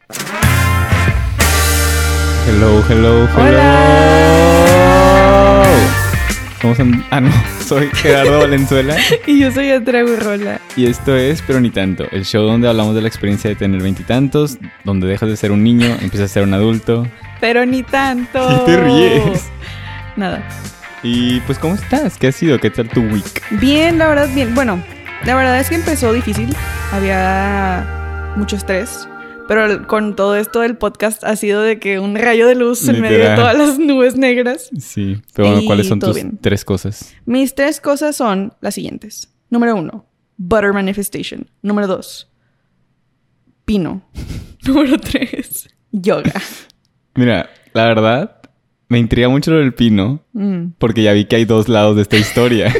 Hello. Hola. No, soy Gerardo Valenzuela. Y yo soy Andrea Gurrola. Y esto es Pero Ni Tanto, el show donde hablamos de la experiencia de tener 20 y tantos, donde dejas de ser un niño, empiezas a ser un adulto. Pero ni tanto. ¿Y te ríes? Nada. Y pues, ¿cómo estás? ¿Qué ha sido? ¿Qué tal tu week? Bien, la verdad, bien. Bueno, la verdad es que empezó difícil. Había mucho estrés. Pero con todo esto del podcast ha sido de que un rayo de luz en medio de todas las nubes negras. Sí, pero bueno, ¿cuáles son tus bien. 3 cosas? Mis 3 cosas son las siguientes. Número 1, Butter Manifestation. Número 2, Pino. Número 3, yoga. Mira, la verdad, me intriga mucho lo del pino, porque ya vi que hay 2 lados de esta historia.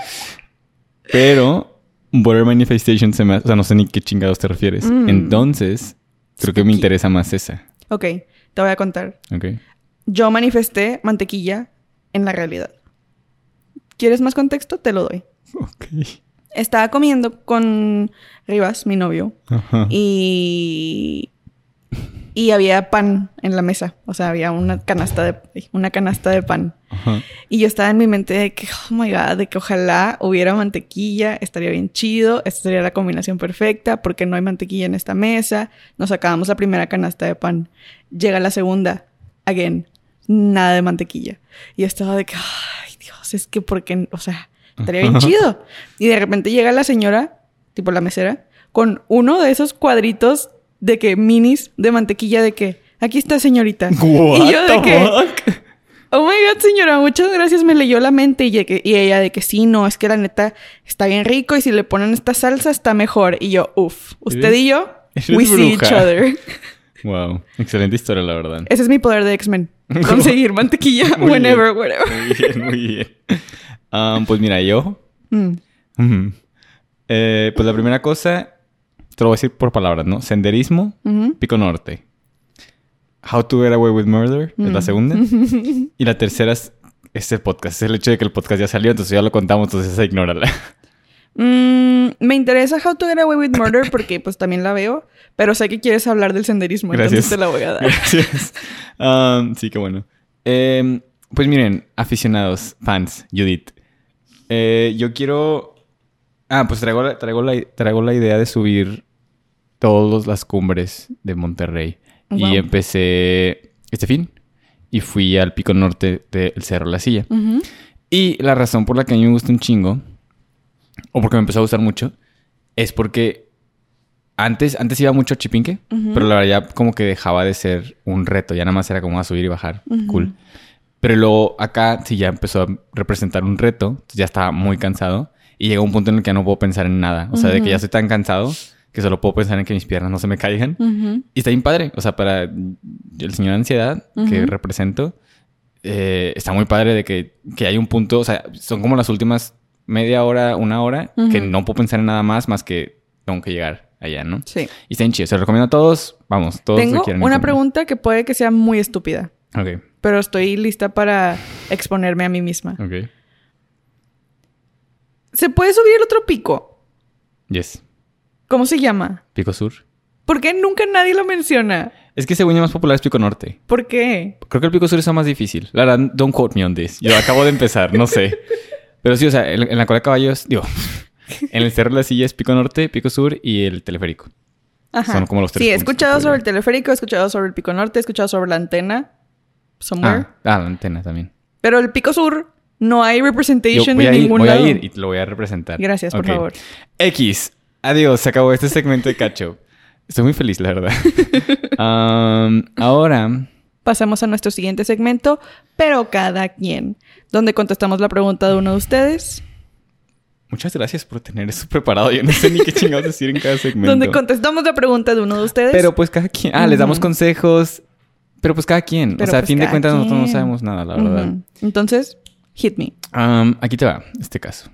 Pero Butter Manifestation se me hace... O sea, no sé ni qué chingados te refieres. Entonces, creo que me interesa más esa. Ok, te voy a contar. Ok. Yo manifesté mantequilla en la realidad. ¿Quieres más contexto? Te lo doy. Ok. Estaba comiendo con Rivas, mi novio. Ajá. Y había pan en la mesa. O sea, había una canasta de pan. Ajá. Y yo estaba en mi mente de que, oh my God, de que ojalá hubiera mantequilla. Estaría bien chido. Esta sería la combinación perfecta. Porque no hay mantequilla en esta mesa. Nos acabamos la primera canasta de pan. Llega la segunda. Again. Nada de mantequilla. Y yo estaba de que, ay, Dios, es que porque... O sea, estaría bien chido. Y de repente llega la señora, tipo la mesera, con uno de esos cuadritos de que minis de mantequilla de que aquí está, señorita. What y yo de the que fuck? oh my God, señora, muchas gracias, me leyó la mente. Y ella de que sí, no, es que la neta está bien rico y si le ponen esta salsa está mejor. Y yo, usted y yo, we see each other. Wow, excelente historia, la verdad. Ese es mi poder de X-Men. Conseguir mantequilla whenever, whatever. Muy bien. Pues mira, yo... pues la primera cosa... Te lo voy a decir por palabras, ¿no? Senderismo, Pico Norte. How to Get Away with Murder es la segunda. Y la tercera es este podcast. Es el hecho de que el podcast ya salió, entonces ya lo contamos, entonces esa ignórala. Me interesa How to Get Away with Murder porque pues también la veo, pero sé que quieres hablar del senderismo, Gracias. Entonces te la voy a dar. Gracias. Sí, qué bueno. Pues miren, aficionados, fans, Judith. Yo quiero... pues traigo la idea de subir todas las cumbres de Monterrey. Wow. Y empecé este fin. Y fui al Pico Norte del Cerro La Silla. Y la razón por la que a mí me gusta un chingo, o porque me empezó a gustar mucho, es porque antes iba mucho a Chipinque, pero la verdad ya como que dejaba de ser un reto. Ya nada más era como a subir y bajar. Cool. Pero luego acá sí ya empezó a representar un reto. Entonces ya estaba muy cansado. Y llega un punto en el que ya no puedo pensar en nada. O sea, de que ya estoy tan cansado que solo puedo pensar en que mis piernas no se me caigan. Y está bien padre. O sea, para el señor ansiedad que represento, está muy padre de que hay un punto... O sea, son como las últimas media hora, 1 hora, que no puedo pensar en nada más que tengo que llegar allá, ¿no? Sí. Y está bien chido. Se lo recomiendo a todos. Vamos, todos Tengo que quieran. Una pregunta que puede que sea muy estúpida. Ok. Pero estoy lista para exponerme a mí misma. Ok. ¿Se puede subir el otro pico? Yes. ¿Cómo se llama? Pico Sur. ¿Por qué nunca nadie lo menciona? Es que según yo más popular es Pico Norte. ¿Por qué? Creo que el Pico Sur es más difícil. La verdad, don't quote me on this. Yo acabo de empezar, no sé. Pero sí, o sea, en la cola de caballos, en el Cerro de la Silla es Pico Norte, Pico Sur y el teleférico. Ajá. Son como los 3 Sí, he escuchado sobre el teleférico, he escuchado sobre el Pico Norte, he escuchado sobre la antena. Somewhere. La antena también. Pero el Pico Sur... No hay representation en ningún lado. Voy a ir y te lo voy a representar. Gracias, por favor. X. Adiós. Se acabó este segmento de Cacho. Estoy muy feliz, la verdad. Ahora... Pasamos a nuestro siguiente segmento, pero cada quien. Donde contestamos la pregunta de uno de ustedes. Muchas gracias por tener eso preparado. Yo no sé ni qué chingados decir en cada segmento. Donde contestamos la pregunta de uno de ustedes. Pero pues cada quien... les damos consejos. Pero pues cada quien. Pero o sea, pues a fin de cuentas quien. nosotros no sabemos nada, la verdad. Entonces... Hit me. Aquí te va, este caso.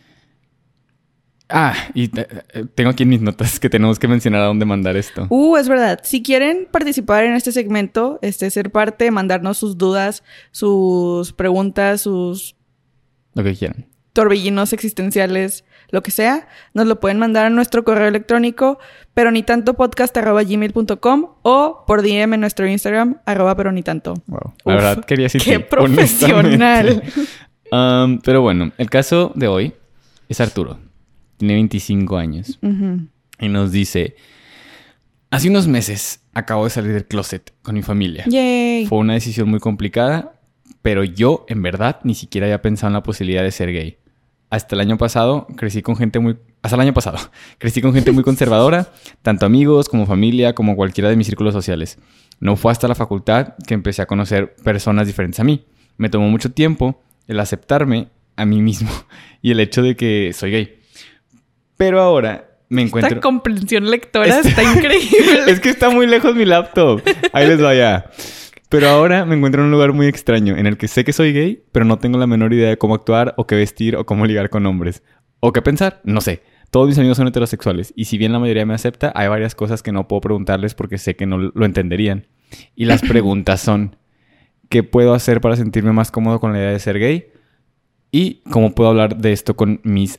Y tengo aquí en mis notas que tenemos que mencionar a dónde mandar esto. Es verdad. Si quieren participar en este segmento, ser parte, mandarnos sus dudas, sus preguntas, sus... Lo que quieran. Torbellinos existenciales, lo que sea, nos lo pueden mandar a nuestro correo electrónico peronitantopodcast@gmail.com o por DM en nuestro Instagram @peronitanto. Wow. La verdad quería decir ¡Qué profesional! Pero bueno, el caso de hoy es Arturo. Tiene 25 años. Uh-huh. Y nos dice... Hace unos meses acabo de salir del closet con mi familia. ¡Yay! Fue una decisión muy complicada, pero yo, en verdad, ni siquiera había pensado en la posibilidad de ser gay. Hasta el año pasado crecí con gente muy conservadora, tanto amigos como familia, como cualquiera de mis círculos sociales. No fue hasta la facultad que empecé a conocer personas diferentes a mí. Me tomó mucho tiempo el aceptarme a mí mismo y el hecho de que soy gay. Pero ahora me encuentro... Esta comprensión lectora está increíble. Es que está muy lejos mi laptop. Ahí les va ya. Pero ahora me encuentro en un lugar muy extraño en el que sé que soy gay, pero no tengo la menor idea de cómo actuar o qué vestir o cómo ligar con hombres. O qué pensar, no sé. Todos mis amigos son heterosexuales y si bien la mayoría me acepta, hay varias cosas que no puedo preguntarles porque sé que no lo entenderían. Y las preguntas son... ¿Qué puedo hacer para sentirme más cómodo con la idea de ser gay? ¿Y cómo puedo hablar de esto con mis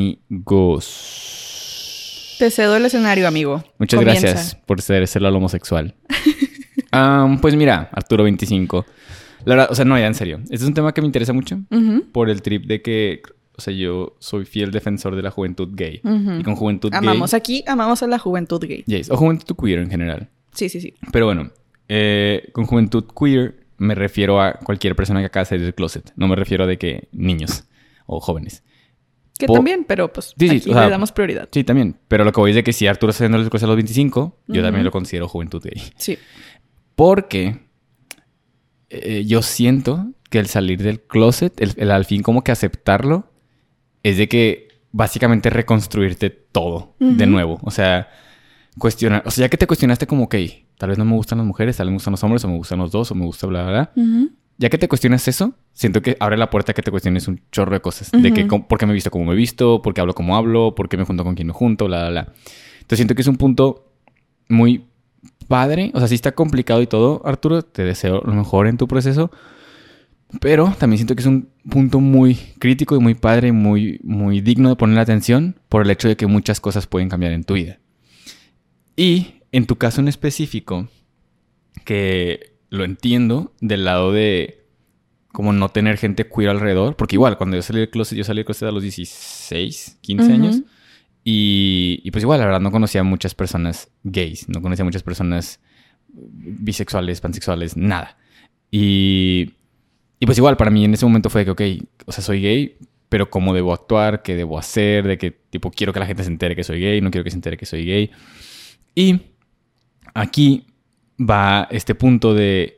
amigos? Te cedo el escenario, amigo. Muchas gracias por ser el homosexual. Pues mira, Arturo 25. La verdad, o sea, no, ya en serio. Este es un tema que me interesa mucho por el trip de que, o sea, yo soy fiel defensor de la juventud gay. Y con juventud gay... Amamos a la juventud gay. Yes, o juventud queer en general. Sí, sí, sí. Pero bueno, con juventud queer me refiero a cualquier persona que acaba de salir del closet. No me refiero a de que niños o jóvenes. Que también, pero pues sí, aquí le damos prioridad. Sí, también. Pero lo que voy es de que si Arturo está haciendo el closet a los 25, yo también lo considero juventud gay. Sí. Porque yo siento que el salir del closet, el al fin como que aceptarlo, es de que básicamente reconstruirte todo de nuevo. O sea, cuestionar. O sea, ya que te cuestionaste como, ok, tal vez no me gustan las mujeres, tal vez me gustan los hombres, o me gustan los dos, o me gusta bla, bla, bla. Ya que te cuestionas eso, siento que abre la puerta a que te cuestiones un chorro de cosas. De que por qué me he visto como me he visto, por qué hablo como hablo, por qué me junto con quien me junto, bla, bla, bla. Entonces siento que es un punto muy padre. O sea, sí está complicado y todo, Arturo. Te deseo lo mejor en tu proceso. Pero también siento que es un punto muy crítico y muy padre, muy, muy digno de poner atención por el hecho de que muchas cosas pueden cambiar en tu vida. Y en tu caso en específico, que lo entiendo del lado de como no tener gente queer alrededor. Porque igual, cuando yo salí del closet a los 16, 15 años. Y pues igual, la verdad, no conocía a muchas personas gays. No conocía a muchas personas bisexuales, pansexuales, nada. Y pues igual, para mí en ese momento fue que, ok, o sea, soy gay, pero cómo debo actuar, qué debo hacer, de que tipo quiero que la gente se entere que soy gay, no quiero que se entere que soy gay. Y aquí va este punto de...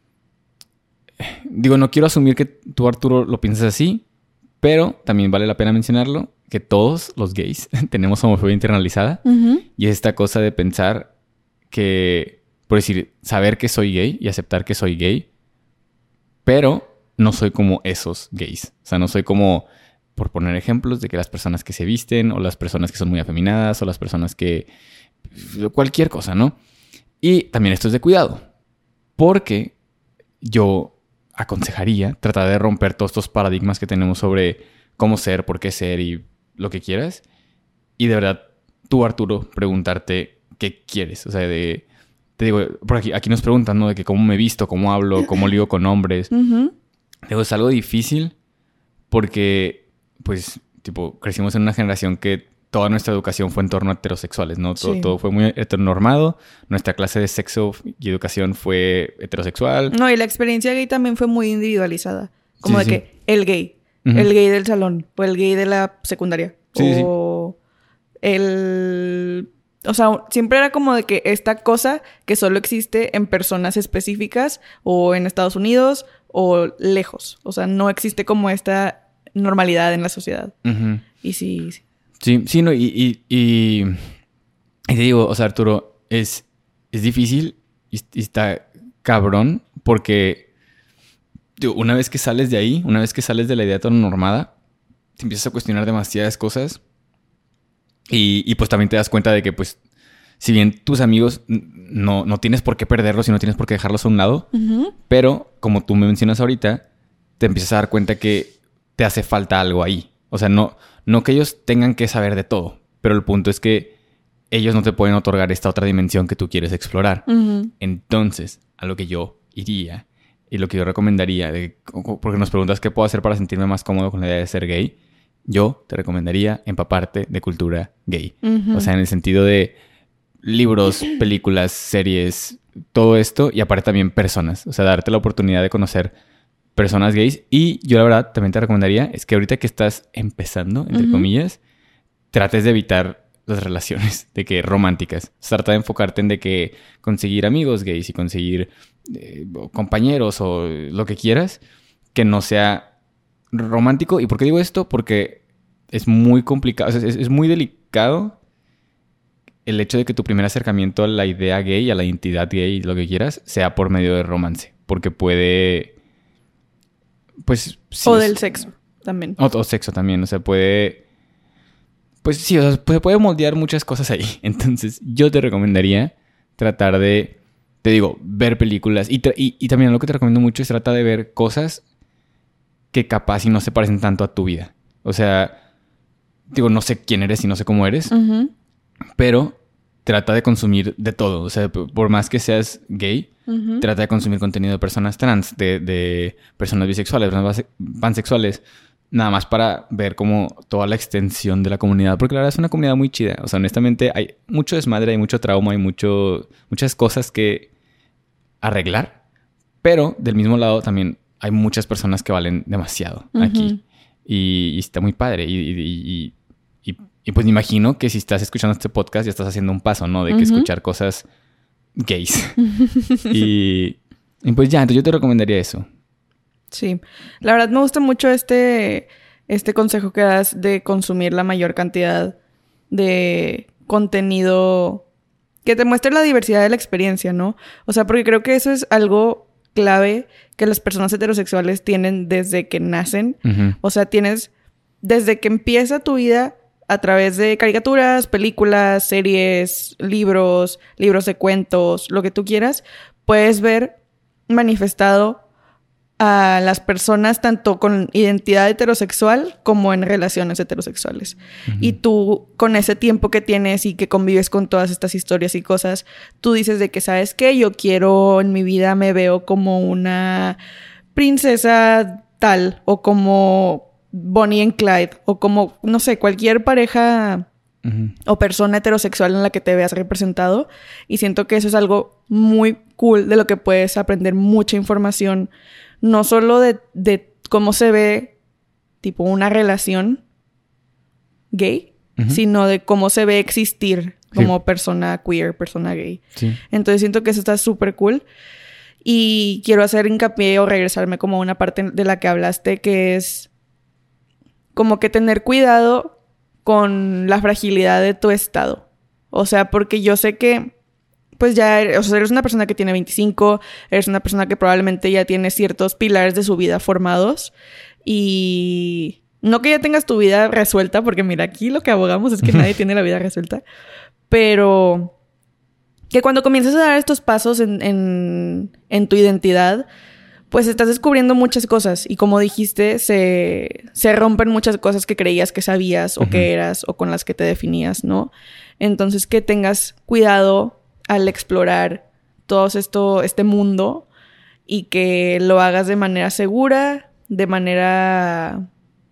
Digo, no quiero asumir que tú, Arturo, lo piensas así, pero también vale la pena mencionarlo, que todos los gays tenemos homofobia internalizada. Y es esta cosa de pensar que, por decir, saber que soy gay y aceptar que soy gay, pero no soy como esos gays. O sea, no soy como, por poner ejemplos, de que las personas que se visten, o las personas que son muy afeminadas, o las personas que... cualquier cosa, ¿no? Y también esto es de cuidado, porque yo aconsejaría tratar de romper todos estos paradigmas que tenemos sobre cómo ser, por qué ser y lo que quieras. Y de verdad, tú, Arturo, preguntarte qué quieres. O sea, te digo, por aquí nos preguntan, ¿no? De que cómo me visto, cómo hablo, cómo ligo con hombres. Digo, es algo difícil porque, pues, tipo, crecimos en una generación que toda nuestra educación fue en torno a heterosexuales, ¿no? Todo fue muy heteronormado. Nuestra clase de sexo y educación fue heterosexual. No, y la experiencia gay también fue muy individualizada. Como de que el gay. El gay del salón. O el gay de la secundaria. O sea, siempre era como de que esta cosa que solo existe en personas específicas o en Estados Unidos o lejos. O sea, no existe como esta normalidad en la sociedad. Y sí. Sí, no, y te digo, o sea, Arturo, es difícil y está cabrón porque digo, una vez que sales de ahí, una vez que sales de la idea heteronormada, te empiezas a cuestionar demasiadas cosas y pues también te das cuenta de que pues si bien tus amigos no tienes por qué perderlos y no tienes por qué dejarlos a un lado, pero como tú me mencionas ahorita, te empiezas a dar cuenta que te hace falta algo ahí. O sea, no que ellos tengan que saber de todo, pero el punto es que ellos no te pueden otorgar esta otra dimensión que tú quieres explorar. Ujú. Entonces, a lo que yo iría y lo que yo recomendaría, porque nos preguntas qué puedo hacer para sentirme más cómodo con la idea de ser gay, yo te recomendaría empaparte de cultura gay. Ujú. O sea, en el sentido de libros, películas, series, todo esto, y aparte también personas. O sea, darte la oportunidad de conocer personas gays. Y yo la verdad también te recomendaría es que ahorita que estás empezando, entre Ujú. comillas, trates de evitar las relaciones de que románticas. Trata de enfocarte en de que conseguir amigos gays y conseguir compañeros o lo que quieras, que no sea romántico. ¿Y por qué digo esto? Porque es muy complicado, o sea, es muy delicado el hecho de que tu primer acercamiento a la idea gay, a la identidad gay, lo que quieras, sea por medio de romance. Porque puede... Pues... sí, O del sexo también. O sexo también. O sea, puede... Pues sí, o sea, se puede moldear muchas cosas ahí. Entonces, yo te recomendaría tratar de... Te digo, ver películas. Y también lo que te recomiendo mucho es tratar de ver cosas que capaz y no se parecen tanto a tu vida. O sea, digo, no sé quién eres y no sé cómo eres. Ujú. Pero trata de consumir de todo. O sea, por más que seas gay, Ujú. trata de consumir contenido de personas trans, de personas bisexuales, personas pansexuales. Nada más para ver como toda la extensión de la comunidad. Porque la verdad es una comunidad muy chida. O sea, honestamente hay mucho desmadre, hay mucho trauma, hay muchas cosas que arreglar. Pero del mismo lado también hay muchas personas que valen demasiado aquí. Y está muy padre. Y pues me imagino que si estás escuchando este podcast ya estás haciendo un paso, ¿no? De que escuchar cosas gays. y pues ya, entonces yo te recomendaría eso. Sí. La verdad me gusta mucho este consejo que das de consumir la mayor cantidad de contenido que te muestre la diversidad de la experiencia, ¿no? O sea, porque creo que eso es algo clave que las personas heterosexuales tienen desde que nacen. Ujú. O sea, tienes desde que empieza tu vida a través de caricaturas, películas, series, libros de cuentos, lo que tú quieras, puedes ver manifestado a las personas tanto con identidad heterosexual como en relaciones heterosexuales. Y tú, con ese tiempo que tienes y que convives con todas estas historias y cosas, tú dices de que, ¿sabes qué? Yo quiero, en mi vida me veo como una princesa tal, o como Bonnie and Clyde, o como, no sé, cualquier pareja o persona heterosexual en la que te veas representado. Y siento que eso es algo muy cool, de lo que puedes aprender mucha información. No solo de cómo se ve, tipo, una relación gay, sino de cómo se ve existir como persona queer, persona gay. Sí. Entonces siento que eso está súper cool. Y quiero hacer hincapié o regresarme como a una parte de la que hablaste, que es como que tener cuidado con la fragilidad de tu estado. O sea, porque yo sé que pues ya, o sea, eres una persona que tiene 25, eres una persona que probablemente ya tiene ciertos pilares de su vida formados. Y no que ya tengas tu vida resuelta, porque mira, aquí lo que abogamos es que nadie tiene la vida resuelta. Pero que cuando comienzas a dar estos pasos en tu identidad, pues estás descubriendo muchas cosas. Y como dijiste, se rompen muchas cosas que creías que sabías o que eras o con las que te definías, ¿no? Entonces, que tengas cuidado al explorar todo este mundo, y que lo hagas de manera segura, de manera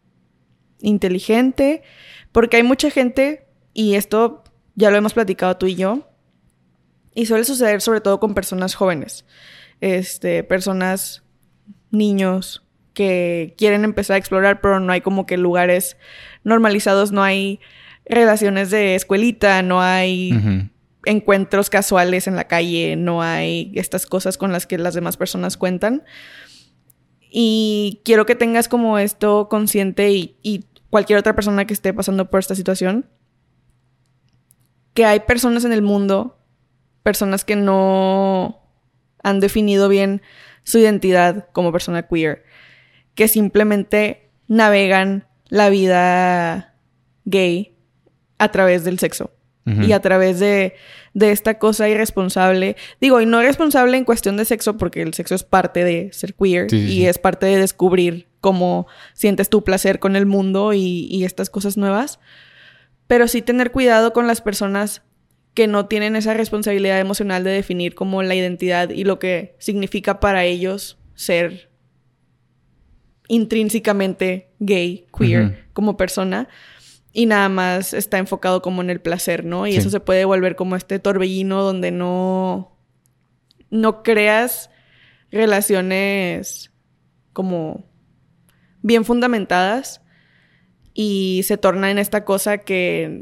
inteligente, porque hay mucha gente, y esto ya lo hemos platicado tú y yo, y suele suceder sobre todo con personas jóvenes, personas, niños que quieren empezar a explorar, pero no hay como que lugares normalizados, no hay relaciones de escuelita, no hay encuentros casuales en la calle, no hay estas cosas con las que las demás personas cuentan. Y quiero que tengas como esto consciente, y cualquier otra persona que esté pasando por esta situación, que hay personas en el mundo, personas que no han definido bien su identidad como persona queer, que simplemente navegan la vida gay a través del sexo. Y a través de esta cosa irresponsable, digo, y no irresponsable en cuestión de sexo, porque el sexo es parte de ser queer y es parte de descubrir cómo sientes tu placer con el mundo y estas cosas nuevas. Pero sí tener cuidado con las personas que no tienen esa responsabilidad emocional de definir como la identidad y lo que significa para ellos ser intrínsecamente gay, queer, como persona. Y nada más está enfocado como en el placer, ¿no? Y eso se puede volver como este torbellino donde no creas relaciones como bien fundamentadas y se torna en esta cosa que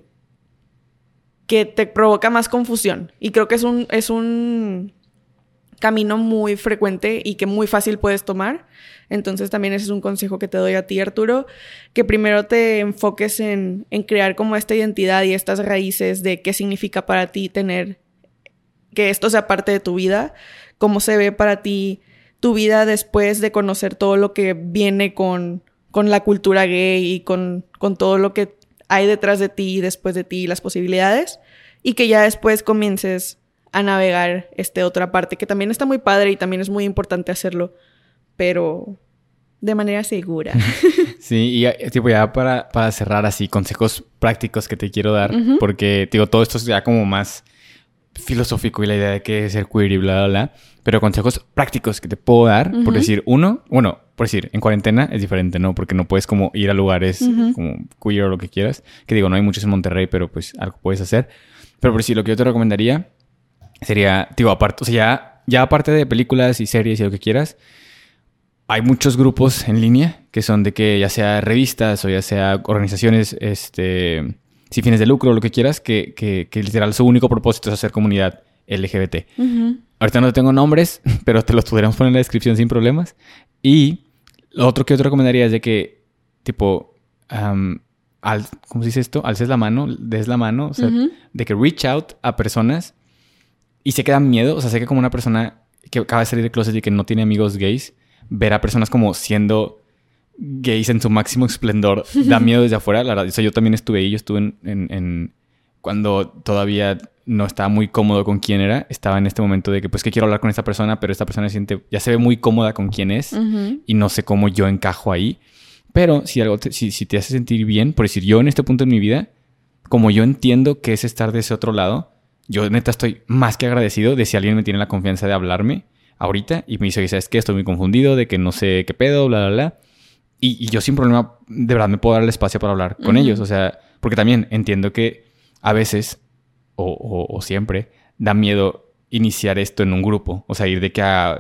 te provoca más confusión. Y creo que es un camino muy frecuente y que muy fácil puedes tomar. Entonces también ese es un consejo que te doy a ti, Arturo, que primero te enfoques en crear como esta identidad y estas raíces de qué significa para ti tener, que esto sea parte de tu vida, cómo se ve para ti tu vida después de conocer todo lo que viene con la cultura gay y con todo lo que hay detrás de ti y después de ti, las posibilidades, y que ya después comiences a navegar otra parte que también está muy padre y también es muy importante hacerlo, pero de manera segura. Sí, y tipo ya para cerrar así, consejos prácticos que te quiero dar, porque digo, todo esto es ya como más filosófico y la idea de qué es ser queer y bla, bla, bla, pero consejos prácticos que te puedo dar, por decir por decir, en cuarentena es diferente, ¿no? Porque no puedes como ir a lugares como queer o lo que quieras, que digo, no hay muchos en Monterrey, pero pues algo puedes hacer. Pero por decir, lo que yo te recomendaría sería, digo, aparte, o sea, ya aparte de películas y series y lo que quieras, hay muchos grupos en línea que son de que ya sea revistas o ya sea organizaciones sin fines de lucro o lo que quieras, que literal su único propósito es hacer comunidad LGBT. Ahorita no tengo nombres, pero te los podríamos poner en la descripción sin problemas. Y lo otro que yo te recomendaría es de que, tipo, ¿cómo se dice esto? Alces la mano, des la mano, o sea, de que reach out a personas y sé que da miedo, o sea, sé que como una persona que acaba de salir de closet y que no tiene amigos gays, ver a personas como siendo gays en su máximo esplendor da miedo desde afuera, la verdad. O sea, yo también estuve ahí, yo estuve en cuando todavía no estaba muy cómodo con quién era, estaba en este momento de que pues que quiero hablar con esta persona, pero esta persona ya se ve muy cómoda con quién es y no sé cómo yo encajo ahí. Pero si te hace sentir bien, por decir, yo en este punto en mi vida, como yo entiendo que es estar de ese otro lado, yo neta estoy más que agradecido de si alguien me tiene la confianza de hablarme ahorita y me dice, oye, ¿sabes qué? Estoy muy confundido, de que no sé qué pedo, bla, bla, bla. Y yo sin problema, de verdad, me puedo dar el espacio para hablar con ellos. O sea, porque también entiendo que a veces, o siempre, da miedo iniciar esto en un grupo. O sea, ir de que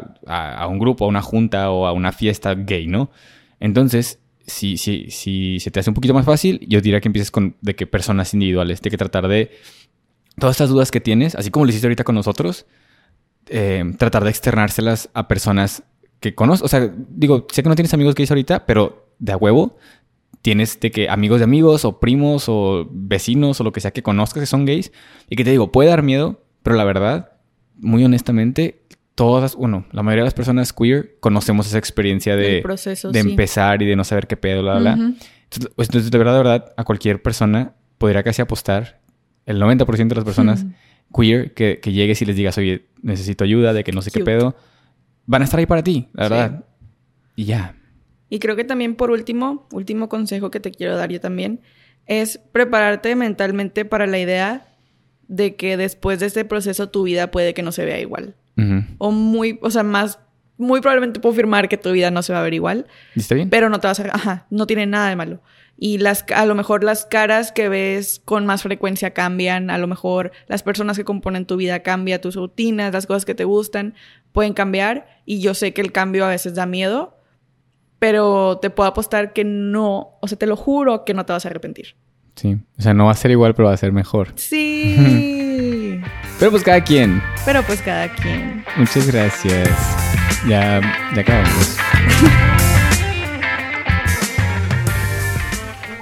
a un grupo, a una junta o a una fiesta gay, ¿no? Entonces, si se te hace un poquito más fácil, yo diría que empieces con de que personas individuales. De que tratar de todas estas dudas que tienes, así como lo hiciste ahorita con nosotros, tratar de externárselas a personas que conoces. O sea, digo, sé que no tienes amigos gays ahorita, pero de a huevo tienes de que amigos de amigos o primos o vecinos o lo que sea que conozcas que son gays y que te digo, puede dar miedo, pero la verdad, muy honestamente, la mayoría de las personas queer conocemos esa experiencia de empezar y de no saber qué pedo, bla, bla, bla. Entonces, de verdad, a cualquier persona podría casi apostar, el 90% de las personas queer, que llegues y les digas, oye, necesito ayuda, de que no sé qué pedo, van a estar ahí para ti, la verdad. Y ya. Y creo que también por último consejo que te quiero dar yo también, es prepararte mentalmente para la idea de que después de este proceso tu vida puede que no se vea igual. Muy probablemente puedo afirmar que tu vida no se va a ver igual. ¿Está bien? Pero no te vas a... no tiene nada de malo. Y a lo mejor las caras que ves con más frecuencia cambian. A lo mejor las personas que componen tu vida cambian, tus rutinas, las cosas que te gustan pueden cambiar. Y yo sé que el cambio a veces da miedo, pero te puedo apostar que no... O sea, te lo juro que no te vas a arrepentir. Sí. O sea, no va a ser igual, pero va a ser mejor. Sí. Pero pues cada quien. Muchas gracias. Ya acabamos.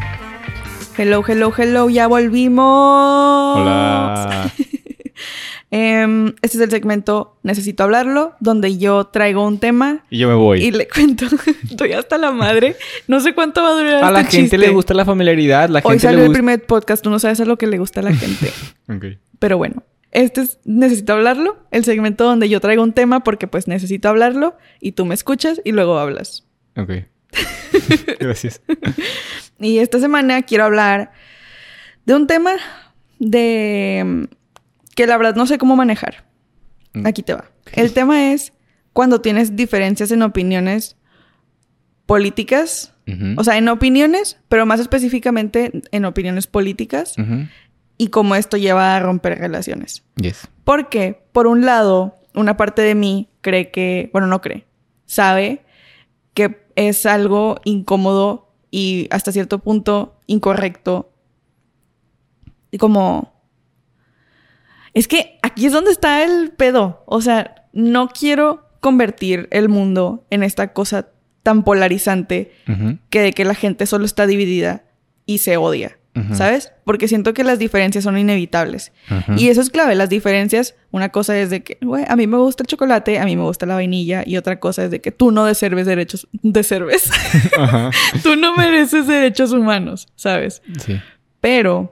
Hello, ya volvimos. Hola. Este es el segmento Necesito Hablarlo, donde yo traigo un tema. Y yo me voy. Y le cuento. Estoy hasta la madre. No sé cuánto va a durar a la gente le gusta la familiaridad. Hoy salió el primer podcast. Tú no sabes a lo que le gusta a la gente. Ok. Pero bueno. Este es Necesito Hablarlo. El segmento donde yo traigo un tema porque pues necesito hablarlo. Y tú me escuchas y luego hablas. Ok. Gracias. Y esta semana quiero hablar de un tema de... que la verdad no sé cómo manejar. Aquí te va. El tema es cuando tienes diferencias en opiniones políticas. O sea, en opiniones, pero más específicamente en opiniones políticas. Y cómo esto lleva a romper relaciones. Yes. Porque, por un lado, una parte de mí cree que... Bueno, no cree. Sabe que es algo incómodo y hasta cierto punto incorrecto. Y como... Es que aquí es donde está el pedo. O sea, no quiero convertir el mundo en esta cosa tan polarizante que de que la gente solo está dividida y se odia, ¿sabes? Porque siento que las diferencias son inevitables. Y eso es clave. Las diferencias, una cosa es de que, güey, a mí me gusta el chocolate, a mí me gusta la vainilla. Y otra cosa es de que tú no deserves derechos... ¿Deserves? Tú no mereces derechos humanos, ¿sabes? Sí. Pero...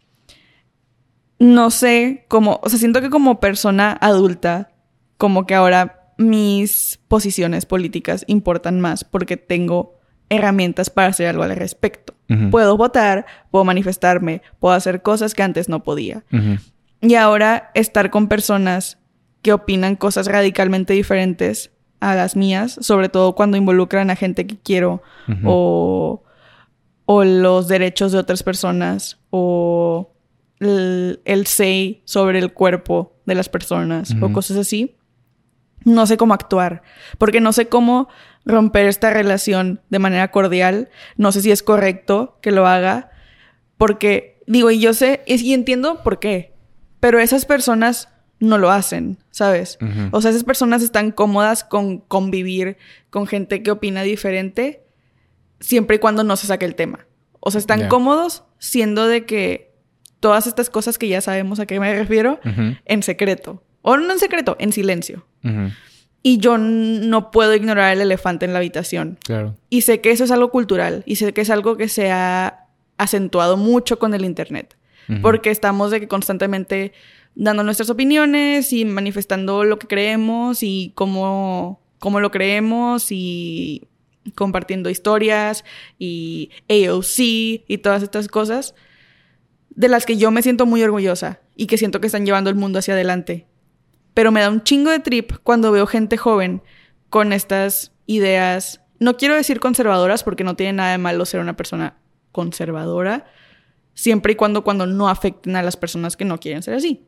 no sé cómo... O sea, siento que como persona adulta, como que ahora mis posiciones políticas importan más porque tengo herramientas para hacer algo al respecto. Puedo votar, puedo manifestarme, puedo hacer cosas que antes no podía. Y ahora estar con personas que opinan cosas radicalmente diferentes a las mías, sobre todo cuando involucran a gente que quiero o los derechos de otras personas o... el say sobre el cuerpo de las personas o cosas así. No sé cómo actuar. Porque no sé cómo romper esta relación de manera cordial. No sé si es correcto que lo haga. Porque, digo, y yo sé... y entiendo por qué. Pero esas personas no lo hacen, ¿sabes? O sea, esas personas están cómodas con convivir con gente que opina diferente siempre y cuando no se saque el tema. O sea, están cómodos siendo de que... todas estas cosas que ya sabemos a qué me refiero, en secreto. O no en secreto, en silencio. Y yo no puedo ignorar el elefante en la habitación. Claro. Y sé que eso es algo cultural. Y sé que es algo que se ha acentuado mucho con el internet. Porque estamos de que constantemente dando nuestras opiniones y manifestando lo que creemos y cómo lo creemos y compartiendo historias y AOC y todas estas cosas de las que yo me siento muy orgullosa y que siento que están llevando el mundo hacia adelante. Pero me da un chingo de trip cuando veo gente joven con estas ideas, no quiero decir conservadoras porque no tiene nada de malo ser una persona conservadora, siempre y cuando no afecten a las personas que no quieren ser así.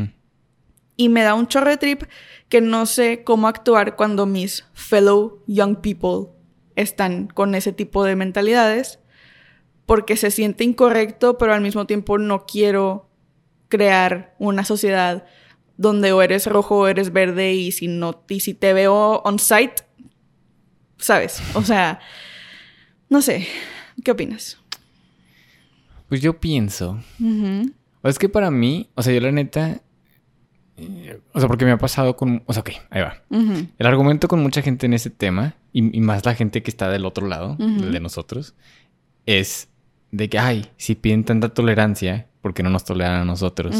Y me da un chorro de trip que no sé cómo actuar cuando mis fellow young people están con ese tipo de mentalidades. Porque se siente incorrecto, pero al mismo tiempo no quiero crear una sociedad donde o eres rojo o eres verde y si te veo on site, ¿sabes? O sea, no sé. ¿Qué opinas? Pues yo pienso... O es que para mí... O sea, yo la neta... O sea, porque me ha pasado con... O sea, ok, ahí va. El argumento con mucha gente en ese tema, y más la gente que está del otro lado, el de nosotros, es... de que, ay, si piden tanta tolerancia, ¿por qué no nos toleran a nosotros?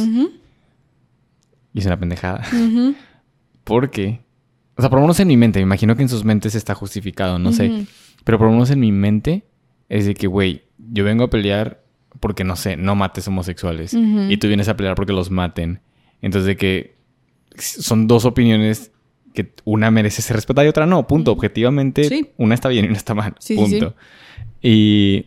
Y es una pendejada. Porque, o sea, por lo menos en mi mente, me imagino que en sus mentes está justificado, no sé. Pero por lo menos en mi mente es de que, güey, yo vengo a pelear porque, no sé, no mates homosexuales. Y tú vienes a pelear porque los maten. Entonces, de que son dos opiniones que una merece ser respetada y otra no. Punto. Objetivamente, una está bien y una está mal. Punto. Y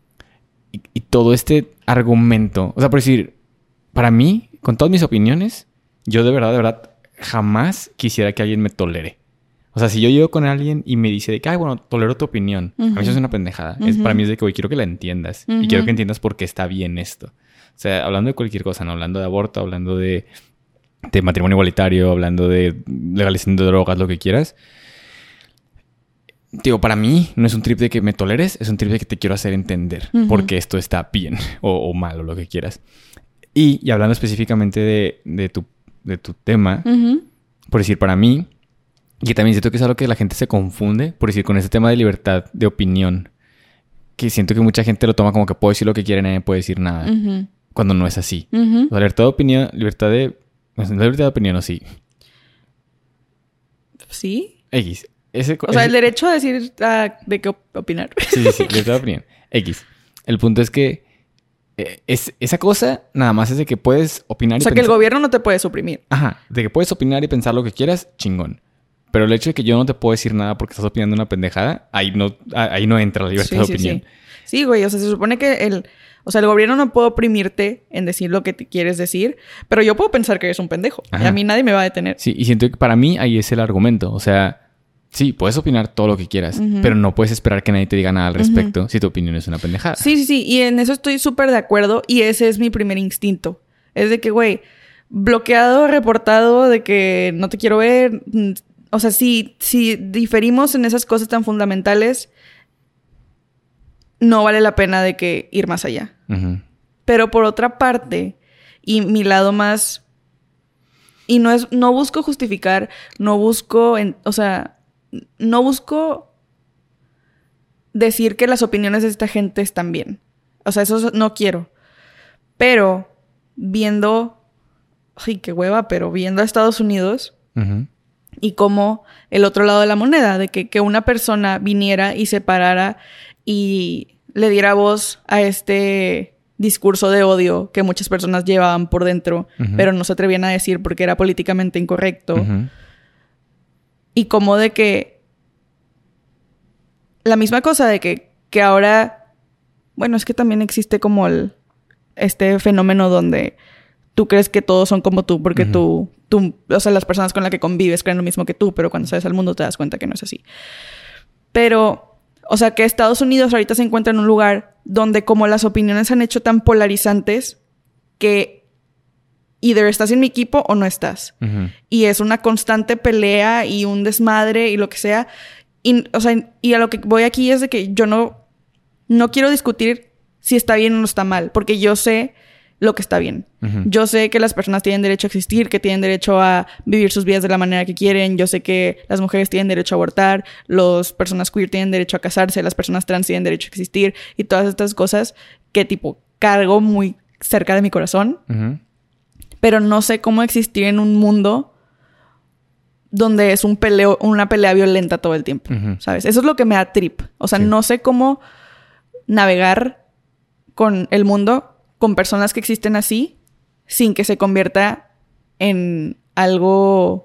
todo este argumento... O sea, por decir... Para mí, con todas mis opiniones... Yo de verdad... Jamás quisiera que alguien me tolere. O sea, si yo llego con alguien y me dice de que... Ay, bueno, tolero tu opinión. A mí eso es una pendejada. Para mí es de que, güey, quiero que la entiendas. Y quiero que entiendas por qué está bien esto. O sea, hablando de cualquier cosa, ¿no? Hablando de aborto, hablando de matrimonio igualitario, hablando de legalización de drogas, lo que quieras... Digo, para mí no es un trip de que me toleres, es un trip de que te quiero hacer entender porque esto está bien o mal o lo que quieras. Y hablando específicamente de tu tema, por decir, para mí, y también siento que es algo que la gente se confunde, por decir, con ese tema de libertad de opinión, que siento que mucha gente lo toma como que puedo decir lo que quiera y nadie puede decir nada, cuando no es así. O sea, libertad de opinión, libertad de opinión o sí. ¿Sí? X. O sea, el derecho a decir de qué opinar. Sí, libertad de opinión. X. El punto es que esa cosa nada más es de que puedes opinar y pensar. O sea, que el gobierno no te puede suprimir. Ajá. De que puedes opinar y pensar lo que quieras, chingón. Pero el hecho de que yo no te puedo decir nada porque estás opinando una pendejada, ahí no entra la libertad de opinión. Sí, güey. O sea, se supone que el gobierno no puede oprimirte en decir lo que te quieres decir, pero yo puedo pensar que eres un pendejo. Ajá. Y a mí nadie me va a detener. Sí, y siento que para mí ahí es el argumento. O sea, sí, puedes opinar todo lo que quieras, pero no puedes esperar que nadie te diga nada al respecto si tu opinión es una pendejada. Sí. Y en eso estoy súper de acuerdo y ese es mi primer instinto. Es de que, güey, bloqueado, reportado, de que no te quiero ver. O sea, si diferimos en esas cosas tan fundamentales, no vale la pena de que ir más allá. Pero por otra parte, y mi lado más... Y no busco justificar, no busco decir que las opiniones de esta gente están bien. O sea, eso no quiero. Pero viendo... Ay, qué hueva, pero viendo a Estados Unidos... Y como el otro lado de la moneda, de que una persona viniera y se parara y le diera voz a este discurso de odio que muchas personas llevaban por dentro, pero no se atrevían a decir porque era políticamente incorrecto. Y como de que... La misma cosa de que ahora... Bueno, es que también existe como este fenómeno donde tú crees que todos son como tú porque tú... O sea, las personas con las que convives creen lo mismo que tú, pero cuando sales al mundo te das cuenta que no es así. Pero, o sea, que Estados Unidos ahorita se encuentra en un lugar donde como las opiniones se han hecho tan polarizantes que either estás en mi equipo o no estás. Y es una constante pelea y un desmadre y lo que sea. Y, o sea, y a lo que voy aquí es de que yo no quiero discutir si está bien o no está mal, porque yo sé lo que está bien. Yo sé que las personas tienen derecho a existir, que tienen derecho a vivir sus vidas de la manera que quieren. Yo sé que las mujeres tienen derecho a abortar, las personas queer tienen derecho a casarse, las personas trans tienen derecho a existir y todas estas cosas que tipo cargo muy cerca de mi corazón. Pero no sé cómo existir en un mundo donde es una pelea violenta todo el tiempo, ¿sabes? Eso es lo que me da trip. O sea, no sé cómo navegar con el mundo con personas que existen así, sin que se convierta en algo...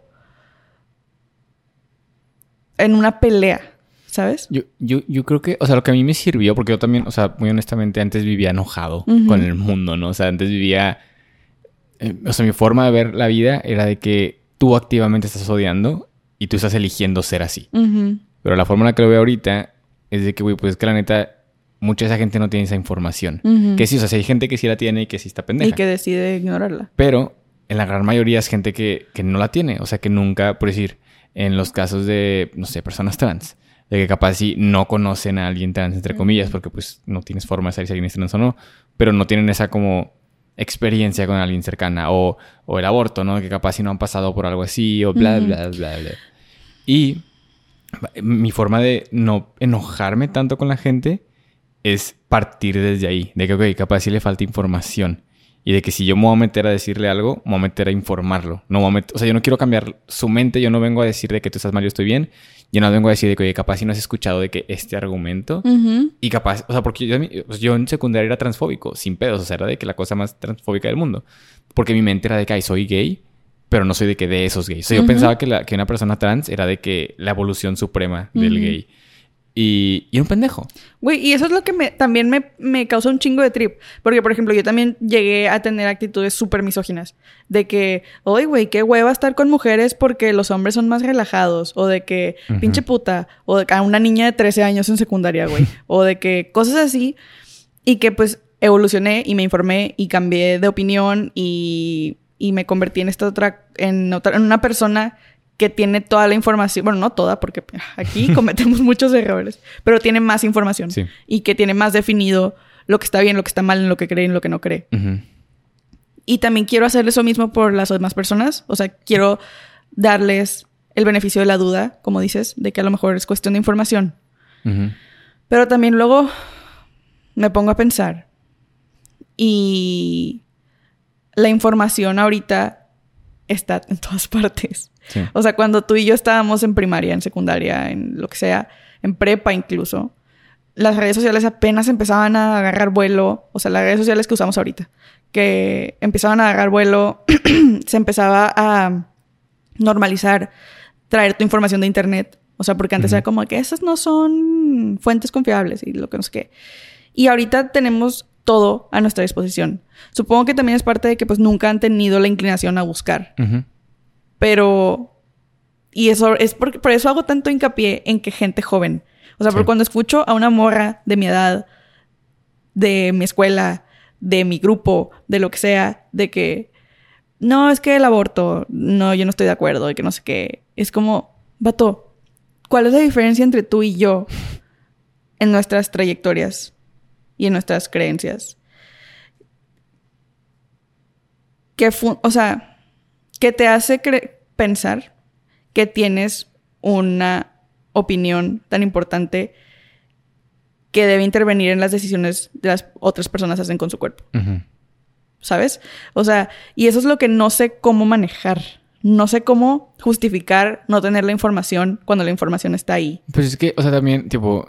en una pelea, ¿sabes? Yo creo que... O sea, lo que a mí me sirvió... Porque yo también, o sea, muy honestamente, antes vivía enojado con el mundo, ¿no? O sea, antes vivía... o sea, mi forma de ver la vida era de que tú activamente estás odiando y tú estás eligiendo ser así. Pero la forma en la que lo veo ahorita es de que, güey, pues es que la neta... Mucha de esa gente no tiene esa información. Que sí, o sea, si hay gente que sí la tiene y que sí está pendeja. Y que decide ignorarla. Pero en la gran mayoría es gente que no la tiene. O sea, que nunca, por decir, en los casos de, no sé, personas trans, de que capaz sí no conocen a alguien trans, entre comillas, porque pues no tienes forma de saber si alguien es trans o no, pero no tienen esa como experiencia con alguien cercana. O el aborto, ¿no? Que capaz sí no han pasado por algo así o bla, bla, bla, bla. Y mi forma de no enojarme tanto con la gente es partir desde ahí. De que, ok, capaz sí le falta información. Y de que si yo me voy a meter a decirle algo, me voy a meter a informarlo. O sea, yo no quiero cambiar su mente. Yo no vengo a decir de que tú estás mal, yo estoy bien. Yo no vengo a decir de que, oye, capaz si no has escuchado de que este argumento. Y capaz... O sea, porque yo en secundaria era transfóbico. Sin pedos. O sea, era de que la cosa más transfóbica del mundo. Porque mi mente era de que, ay, soy gay. Pero no soy de que de esos gays. O sea, yo pensaba que una persona trans era de que la evolución suprema del gay. Y era un pendejo. Güey, y eso es lo que también me causa un chingo de trip. Porque, por ejemplo, yo también llegué a tener actitudes súper misóginas. De que, oye, güey, qué hueva estar con mujeres porque los hombres son más relajados. O de que, pinche puta. O de que a una niña de 13 años en secundaria, güey. O de que cosas así. Y que, pues, evolucioné y me informé y cambié de opinión. Y me convertí en una persona... que tiene toda la información, bueno, no toda, porque aquí cometemos muchos errores, pero tiene más información. Y que tiene más definido lo que está bien, lo que está mal, en lo que cree y en lo que no cree. Y también quiero hacer eso mismo por las demás personas. O sea, quiero darles el beneficio de la duda, como dices, de que a lo mejor es cuestión de información. Uh-huh. Pero también luego me pongo a pensar. Y la información ahorita está en todas partes. Sí. O sea, cuando tú y yo estábamos en primaria, en secundaria, en lo que sea, en prepa incluso, las redes sociales apenas empezaban a agarrar vuelo. O sea, las redes sociales que usamos ahorita, que empezaban a agarrar vuelo, se empezaba a normalizar traer tu información de internet. O sea, porque antes era como que esas no son fuentes confiables y lo que no sé qué. Y ahorita tenemos todo a nuestra disposición. Supongo que también es parte de que pues nunca han tenido la inclinación a buscar. Uh-huh. Pero... Y eso es por eso hago tanto hincapié en que gente joven. O sea, porque cuando escucho a una morra de mi edad, de mi escuela, de mi grupo, de lo que sea, de que... No, es que el aborto... No, yo no estoy de acuerdo. De que no sé qué. Es como... Vato, ¿cuál es la diferencia entre tú y yo en nuestras trayectorias y en nuestras creencias? O sea, que te hace pensar que tienes una opinión tan importante que debe intervenir en las decisiones de las otras personas hacen con su cuerpo. Uh-huh. ¿Sabes? O sea, y eso es lo que no sé cómo manejar. No sé cómo justificar no tener la información cuando la información está ahí. Pues es que, o sea, también, tipo...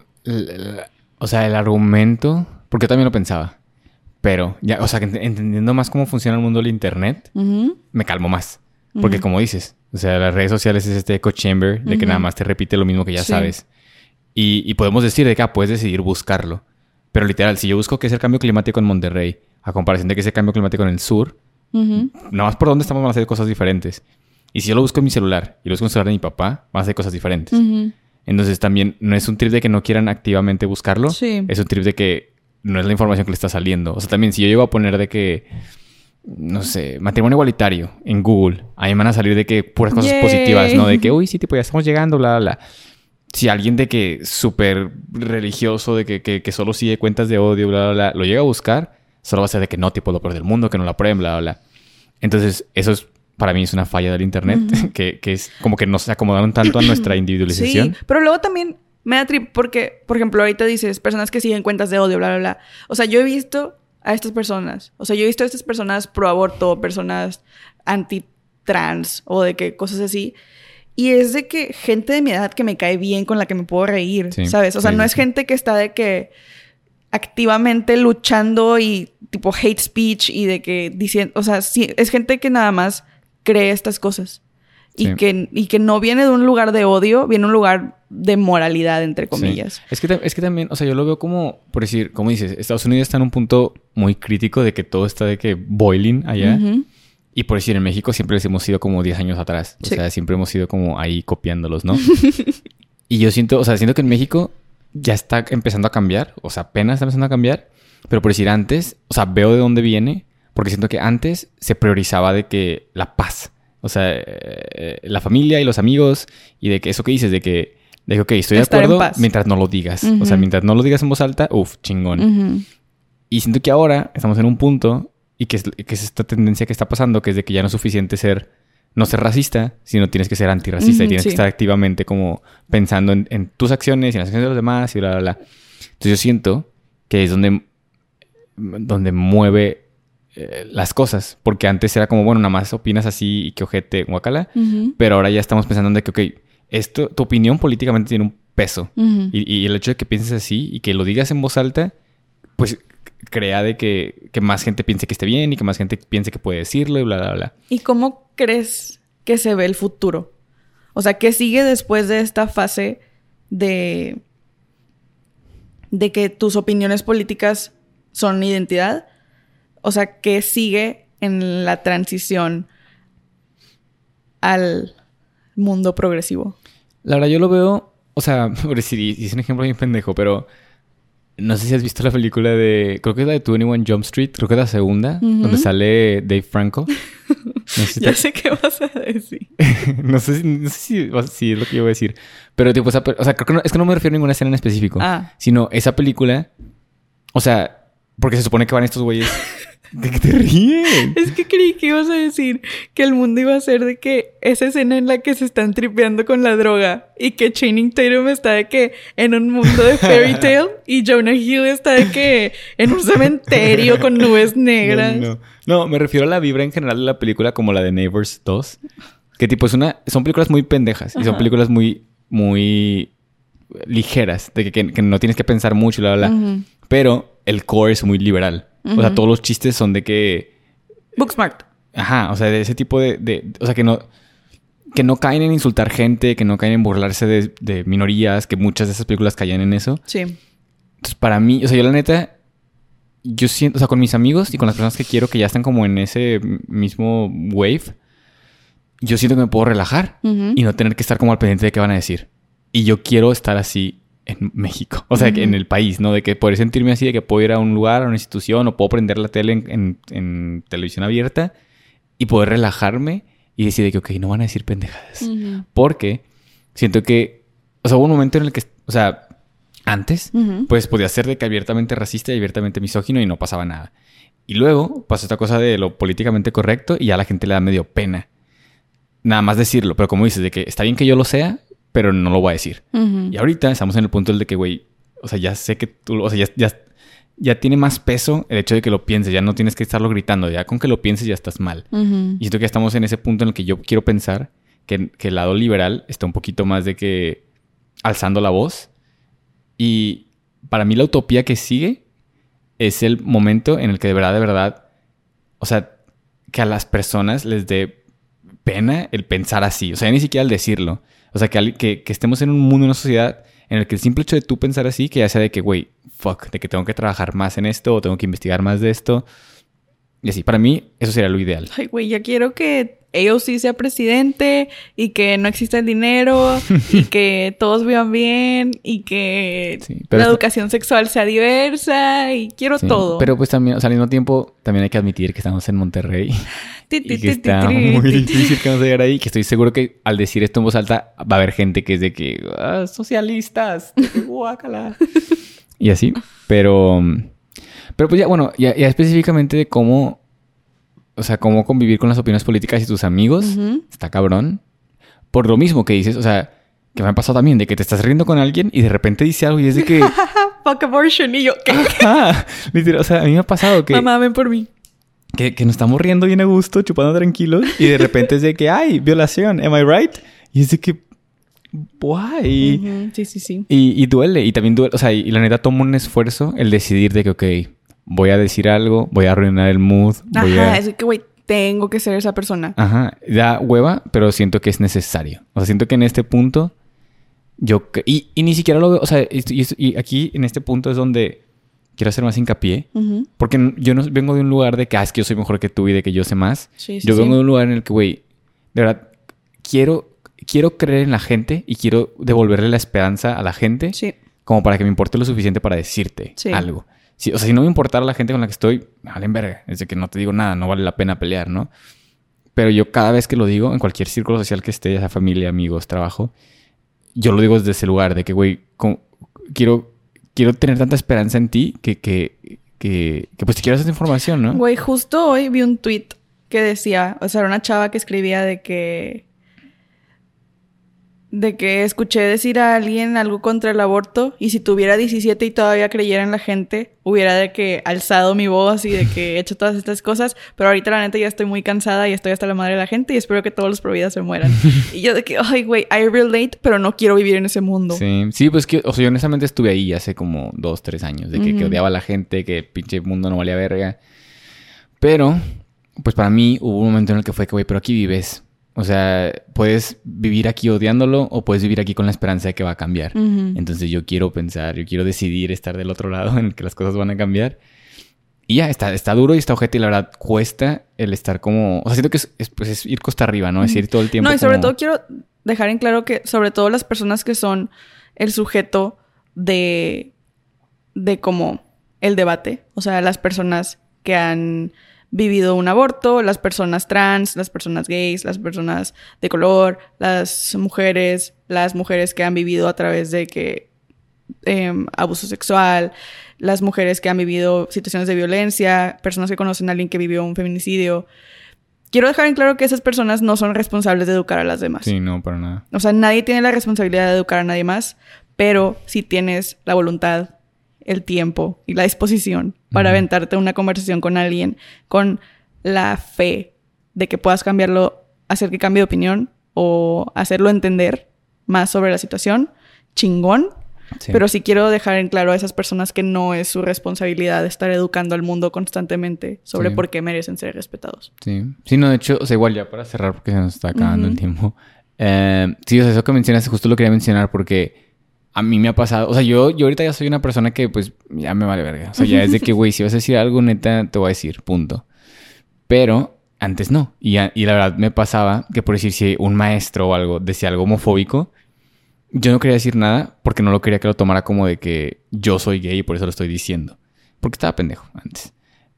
o sea, el argumento... Porque yo también lo pensaba. Pero, ya, o sea, entendiendo más cómo funciona el mundo del internet, me calmo más. Porque como dices, o sea, las redes sociales es este echo chamber de que nada más te repite lo mismo que ya sabes. Y podemos decir de que puedes decidir buscarlo. Pero literal, si yo busco qué es el cambio climático en Monterrey, a comparación de qué es el cambio climático en el sur, nada más por dónde estamos van a hacer cosas diferentes. Y si yo lo busco en mi celular y lo busco en el celular de mi papá, van a hacer cosas diferentes. Entonces también no es un trip de que no quieran activamente buscarlo. Sí. Es un trip de que no es la información que le está saliendo. O sea, también si yo llego a poner de que... No sé, matrimonio igualitario en Google, ahí me van a salir de que puras cosas positivas, ¿no? De que, uy, sí, tipo, ya estamos llegando, bla, bla, bla. Si alguien de que súper religioso, de que solo sigue cuentas de odio, bla, bla, bla, lo llega a buscar, solo va a ser de que no, tipo, lo peor del mundo, que no lo aprueben, bla, bla, bla. Entonces, eso es, para mí es una falla del internet, que es como que no se acomodaron tanto a nuestra individualización. Sí, pero luego también me da trip porque, por ejemplo, ahorita dices, personas que siguen cuentas de odio, bla, bla, bla. O sea, yo he visto... a estas personas. O sea, yo he visto a estas personas pro aborto, personas anti-trans o de que cosas así. Y es de que gente de mi edad que me cae bien, con la que me puedo reír, ¿sabes? O sea, no es gente que está de que activamente luchando y tipo hate speech y de que diciendo... O sea, sí, es gente que nada más cree estas cosas. Y que no viene de un lugar de odio, viene de un lugar de moralidad, entre comillas. Sí. Es que también, o sea, yo lo veo como, por decir, como dices, Estados Unidos está en un punto muy crítico de que todo está de que boiling allá. Y por decir, en México siempre les hemos sido como 10 años atrás. O sea, siempre hemos sido como ahí copiándolos, ¿no? Y yo siento que en México ya está empezando a cambiar. O sea, apenas está empezando a cambiar. Pero por decir, antes, o sea, veo de dónde viene. Porque siento que antes se priorizaba de que la paz. O sea, la familia y los amigos. Y de que eso que dices, de que ok, estoy de acuerdo mientras no lo digas. O sea, mientras no lo digas en voz alta, chingón. Y siento que ahora estamos en un punto y que es esta tendencia que está pasando, que es de que ya no es suficiente no ser racista, sino tienes que ser antirracista y tienes que estar activamente como pensando en tus acciones y en las acciones de los demás y bla, bla, bla. Entonces yo siento que es donde mueve las cosas. Porque antes era como, bueno, nada más opinas así y que ojete, guacala. Pero ahora ya estamos pensando en de que, ok, tu opinión políticamente tiene un peso. Y el hecho de que pienses así y que lo digas en voz alta, pues crea de que más gente piense que esté bien y que más gente piense que puede decirlo y bla, bla, bla. ¿Y cómo crees que se ve el futuro? O sea, ¿qué sigue después de esta fase de que tus opiniones políticas son identidad? O sea, ¿qué sigue en la transición al mundo progresivo? La verdad, yo lo veo... O sea, por decir, hice un ejemplo bien pendejo, pero... No sé si has visto la película de... Creo que es la de 21 Jump Street. Creo que es la segunda. Donde sale Dave Franco. No sé si ya sé qué vas a decir. no sé si es lo que yo voy a decir. Pero tipo... O sea, creo que es que no me refiero a ninguna escena en específico. Sino esa película... O sea... Porque se supone que van estos güeyes ¿De qué te ríes? Es que creí que ibas a decir que el mundo iba a ser de que esa escena en la que se están tripeando con la droga y que Channing Tatum está de que en un mundo de fairy tale y Jonah Hill está de que en un cementerio con nubes negras. No, me refiero a la vibra en general de la película como la de Neighbors 2. Que tipo son películas muy pendejas. Ajá. Y son películas muy ligeras. De que no tienes que pensar mucho, bla, bla, bla. Uh-huh. Pero el core es muy liberal. Uh-huh. O sea, todos los chistes son de que... Booksmart. Ajá, o sea, de ese tipo de... O sea, que no caen en insultar gente, que no caen en burlarse de minorías, que muchas de esas películas caían en eso. Sí. Entonces, para mí... O sea, yo la neta... Yo siento... O sea, con mis amigos y con las personas que quiero que ya están como en ese mismo wave... Yo siento que me puedo relajar uh-huh. y no tener que estar como al pendiente de qué van a decir. Y yo quiero estar así... en México. O sea, uh-huh. en el país, ¿no? De que poder sentirme así, de que puedo ir a un lugar, a una institución, o puedo prender la tele en televisión abierta y poder relajarme y decir de que, ok, no van a decir pendejadas. Uh-huh. Porque siento que... O sea, hubo un momento en el que... O sea, antes, uh-huh. pues podía ser de que abiertamente racista y abiertamente misógino y no pasaba nada. Y luego pasó esta cosa de lo políticamente correcto y ya a la gente le da medio pena. Nada más decirlo. Pero como dices, de que está bien que yo lo sea... pero no lo voy a decir. Uh-huh. Y ahorita estamos en el punto de que, güey, o sea, ya sé que tú... O sea, ya tiene más peso el hecho de que lo pienses. Ya no tienes que estarlo gritando. Ya con que lo pienses ya estás mal. Uh-huh. Y siento que ya estamos en ese punto en el que yo quiero pensar que el lado liberal está un poquito más de que... alzando la voz. Y para mí la utopía que sigue es el momento en el que de verdad... O sea, que a las personas les dé pena el pensar así. O sea, ya ni siquiera el decirlo. O sea, que estemos en un mundo, en una sociedad en el que el simple hecho de tú pensar así, que ya sea de que, güey, fuck, de que tengo que trabajar más en esto o tengo que investigar más de esto. Y así, para mí, eso sería lo ideal. Ay, güey, ya quiero que AOC sea presidente y que no exista el dinero y que todos vivan bien y que la educación sexual sea diversa y quiero todo. Pero pues también, o sea, al mismo tiempo, también hay que admitir que estamos en Monterrey y que está muy difícil que vamos a llegar ahí. Que estoy seguro que al decir esto en voz alta va a haber gente que es de que socialistas, guácala. Y así, pero pues ya, bueno, ya específicamente de cómo... O sea, cómo convivir con las opiniones políticas y tus amigos. Uh-huh. Está cabrón. Por lo mismo que dices, o sea, que me ha pasado también, de que te estás riendo con alguien y de repente dice algo y es de que... Fuck abortion. Y yo, ¿qué? Ajá. Literal, o sea, a mí me ha pasado que... Mamá, ven por mí. Que nos estamos riendo bien a gusto, chupando tranquilos y de repente es de que, ¡ay, violación! ¿Am I right? Y es de que... Guay. Uh-huh. Sí. Y duele. Y también duele. O sea, y la neta toma un esfuerzo el decidir de que, ok... Voy a decir algo, voy a arruinar el mood. Es que, güey, tengo que ser esa persona. Ajá, da hueva, pero siento que es necesario. O sea, siento que en este punto y ni siquiera lo veo, o sea, y aquí en este punto es donde quiero hacer más hincapié. Uh-huh. Porque yo no vengo de un lugar de que, es que yo soy mejor que tú y de que yo sé más. Yo vengo de un lugar en el que, güey, de verdad, quiero creer en la gente y quiero devolverle la esperanza a la gente. Sí. Como para que me importe lo suficiente para decirte algo. Sí, o sea, si no me importara la gente con la que estoy, me valen verga. Es de que no te digo nada, no vale la pena pelear, ¿no? Pero yo cada vez que lo digo, en cualquier círculo social que esté, ya sea familia, amigos, trabajo, yo lo digo desde ese lugar de que, güey, quiero tener tanta esperanza en ti que pues te quiero hacer esa información, ¿no? Güey, justo hoy vi un tweet que decía, o sea, era una chava que escribía de que escuché decir a alguien algo contra el aborto y si tuviera 17 y todavía creyera en la gente, hubiera de que alzado mi voz y de que he hecho todas estas cosas, pero ahorita la neta ya estoy muy cansada y estoy hasta la madre de la gente y espero que todos los providas se mueran. Y yo de que, ay, güey, I relate, pero no quiero vivir en ese mundo. Sí, pues que, o sea, yo honestamente estuve ahí hace como 2-3 años, de que odiaba a la gente, que pinche mundo no valía verga. Pero, pues para mí hubo un momento en el que fue que, güey, pero aquí vives. O sea, puedes vivir aquí odiándolo o puedes vivir aquí con la esperanza de que va a cambiar. Uh-huh. Entonces yo quiero pensar, yo quiero decidir estar del otro lado en el que las cosas van a cambiar. Y ya, está duro y está ojete y la verdad cuesta el estar como... O sea, siento que es ir costa arriba, ¿no? Es ir todo el tiempo. No, y sobre todo quiero dejar en claro que sobre todo las personas que son el sujeto de como el debate. O sea, las personas que han vivido un aborto, las personas trans, las personas gays, las personas de color, las mujeres que han vivido a través de que abuso sexual, las mujeres que han vivido situaciones de violencia, personas que conocen a alguien que vivió un feminicidio. Quiero dejar en claro que esas personas no son responsables de educar a las demás. Sí, no, para nada. O sea, nadie tiene la responsabilidad de educar a nadie más, pero si tienes la voluntad, el tiempo y la disposición para aventarte una conversación con alguien con la fe de que puedas cambiarlo, hacer que cambie de opinión o hacerlo entender más sobre la situación, chingón. Sí. Pero sí quiero dejar en claro a esas personas que no es su responsabilidad estar educando al mundo constantemente sobre por qué merecen ser respetados. Sí. Sí, no, de hecho, o sea, igual ya para cerrar porque se nos está acabando el tiempo. Sí, o sea, eso que mencionaste justo lo quería mencionar porque a mí me ha pasado... O sea, yo ahorita ya soy una persona que pues ya me vale verga. O sea, ya es de que, güey, si vas a decir algo, neta, te voy a decir, punto. Pero antes no. Y la verdad me pasaba que por decir si un maestro o algo decía algo homofóbico... Yo no quería decir nada porque no lo quería que lo tomara como de que yo soy gay y por eso lo estoy diciendo. Porque estaba pendejo antes.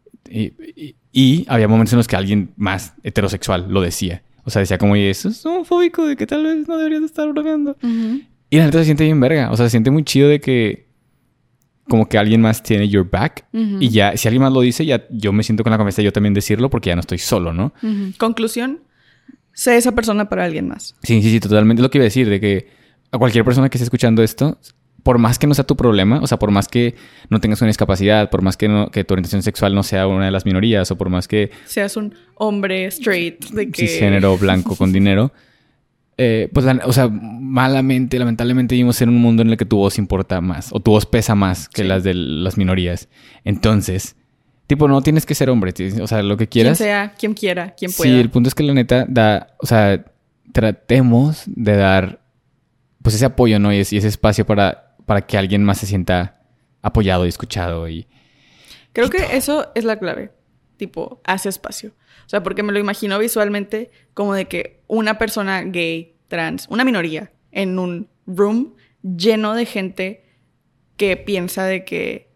Y había momentos en los que alguien más heterosexual lo decía. O sea, decía como, oye, eso es homofóbico, de que tal vez no deberías estar bromeando. Y la neta se siente bien verga. O sea, se siente muy chido de que como que alguien más tiene your back. Y ya, si alguien más lo dice, ya yo me siento con la confianza de yo también decirlo porque ya no estoy solo, ¿no? Conclusión, sé esa persona para alguien más. Sí, totalmente. Es lo que iba a decir, de que a cualquier persona que esté escuchando esto, por más que no sea tu problema, o sea, por más que no tengas una discapacidad, por más que tu orientación sexual no sea una de las minorías, o por más que... seas un hombre straight de que... cisgénero, blanco, con dinero. Pues, o sea, lamentablemente vivimos en un mundo en el que tu voz importa más, o tu voz pesa más que las de las minorías. Entonces, tipo, no tienes que ser hombre, o sea, lo que quieras. Quien sea, quien quiera, quien pueda. Sí, el punto es que la neta o sea, tratemos de dar... pues ese apoyo, ¿no? Y ese espacio para que alguien más se sienta apoyado y escuchado y... Creo que eso es la clave. Tipo, hace espacio. O sea, porque me lo imagino visualmente como de que una persona gay, trans, una minoría, en un room lleno de gente que piensa de que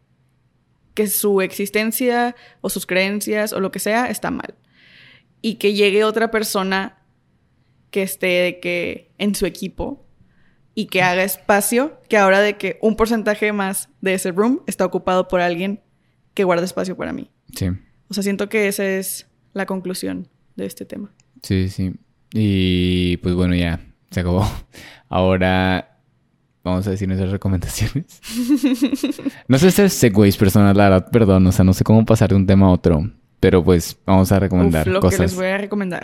su existencia o sus creencias o lo que sea está mal. Y que llegue otra persona que esté de que en su equipo... y que haga espacio, que ahora de que un porcentaje más de ese room está ocupado por alguien que guarda espacio para mí. Sí. O sea, siento que esa es la conclusión de este tema. Sí. Y pues bueno, ya se acabó. Ahora vamos a decir nuestras recomendaciones. No sé si es segways personal, la verdad, perdón. O sea, no sé cómo pasar de un tema a otro. Pero pues vamos a recomendar lo cosas. que les voy a recomendar.